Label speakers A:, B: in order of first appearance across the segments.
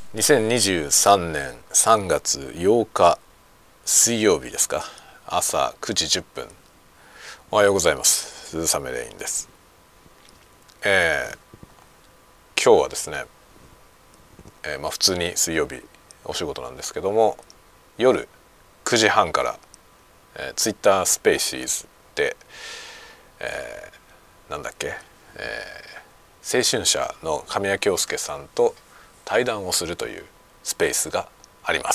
A: 2023年3月8日水曜日ですか。朝9時10分。おはようございます。鈴雨レインです。今日はですね、普通に水曜日お仕事なんですけども、夜9時半から、Twitter スペーシーズで、なんだっけ、青春社の神谷京介さんと対談をするというスペースがあります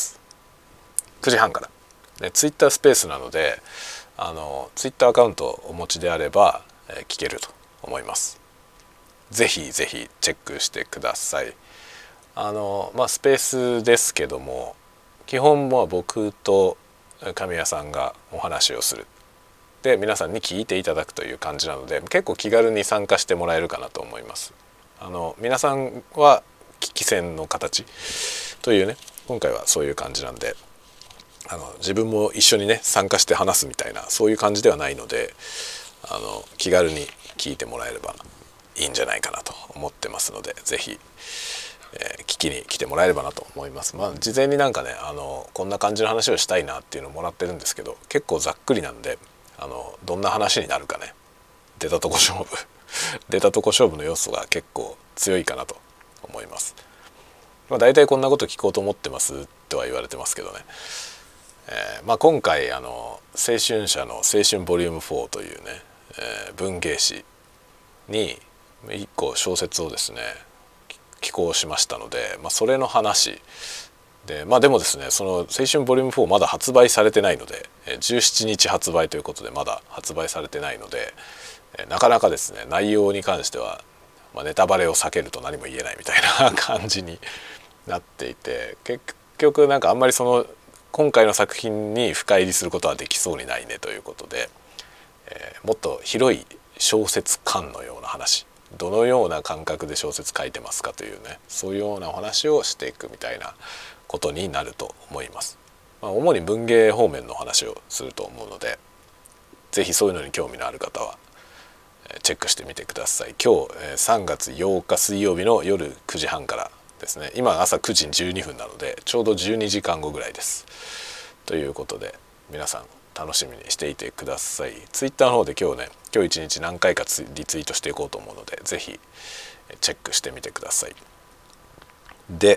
A: 。9時半からで、ツイッタースペースなのでツイッターアカウントをお持ちであれば、聞けると思います。ぜひぜひチェックしてください。スペースですけども、基本は僕と神谷さんがお話をするで、皆さんに聞いていただくという感じなので、結構気軽に参加してもらえるかなと思います。皆さんは聞き戦の形というね、今回はそういう感じなんで、自分も一緒にね参加して話すみたいな、そういう感じではないので、気軽に聞いてもらえればいいんじゃないかなと思ってますので、ぜひ、聞きに来てもらえればなと思います。事前になんかね、こんな感じの話をしたいなっていうのをもらってるんですけど、結構ざっくりなんで、どんな話になるかね、出たとこ勝負出たとこ勝負の要素が結構強いかなと思います。大体こんなこと聞こうと思ってますとは言われてますけどね、今回青春社の青春ボリューム4というね、文芸誌に1個小説をですね寄稿しましたので、それの話で、でもですね、その青春ボリューム4まだ発売されてないので、17日発売ということでまだ発売されてないので、なかなかですね内容に関しては、ネタバレを避けると何も言えないみたいな感じになっていて、結局なんかあんまりその今回の作品に深入りすることはできそうにないねということで、もっと広い小説観のような話、どのような感覚で小説書いてますかというね、そういうようなお話をしていくみたいなことになると思います。主に文芸方面の話をすると思うので、ぜひそういうのに興味のある方はチェックしてみてください。今日3月8日水曜日の夜9時半からですね。今朝9時12分なのでちょうど12時間後ぐらいです。ということで皆さん楽しみにしていてください。ツイッターの方で今日一日何回かリツイートしていこうと思うので、ぜひチェックしてみてください。で、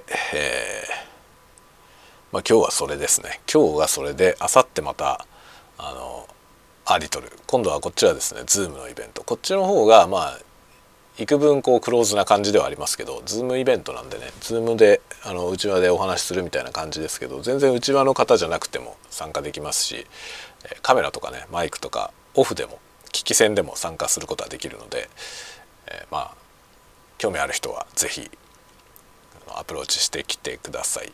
A: 今日はそれですね。今日がそれで、明後日またアリトル、今度はこっちはですね Zoom のイベント、こっちの方が幾分クローズな感じではありますけど、Zoom イベントなんでね、Zoom で内輪でお話しするみたいな感じですけど、全然内輪の方じゃなくても参加できますし、カメラとかねマイクとかオフでも聞き戦でも参加することはできるので、興味ある人はぜひアプローチしてきてください。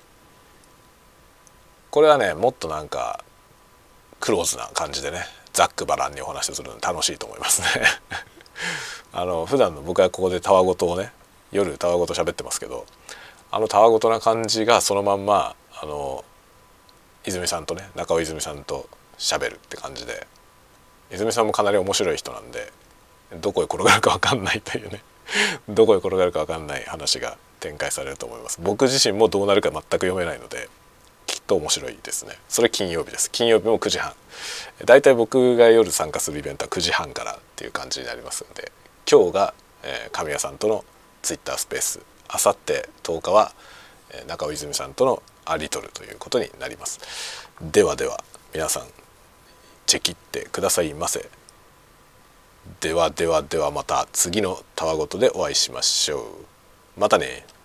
A: これはねもっとなんかクローズな感じでね、ざっくばらんにお話しするの楽しいと思いますね普段の僕はここでたわごとをね、夜たわごと喋ってますけど、たわごとな感じがそのまんま泉さんとね、中尾泉さんと喋るって感じで、泉さんもかなり面白い人なんで、どこへ転がるか分かんないというねどこへ転がるか分かんない話が展開されると思います。僕自身もどうなるか全く読めないのできっと面白いですね。それ金曜日です。金曜日も9時半。だいたい僕が夜参加するイベントは9時半からっていう感じになりますので、今日が神谷さんとのツイッタースペース、あさって10日は中尾泉さんとのアリトルということになります。ではでは皆さんチェキってくださいませ。ではではでは、また次のたわごとでお会いしましょう。またね。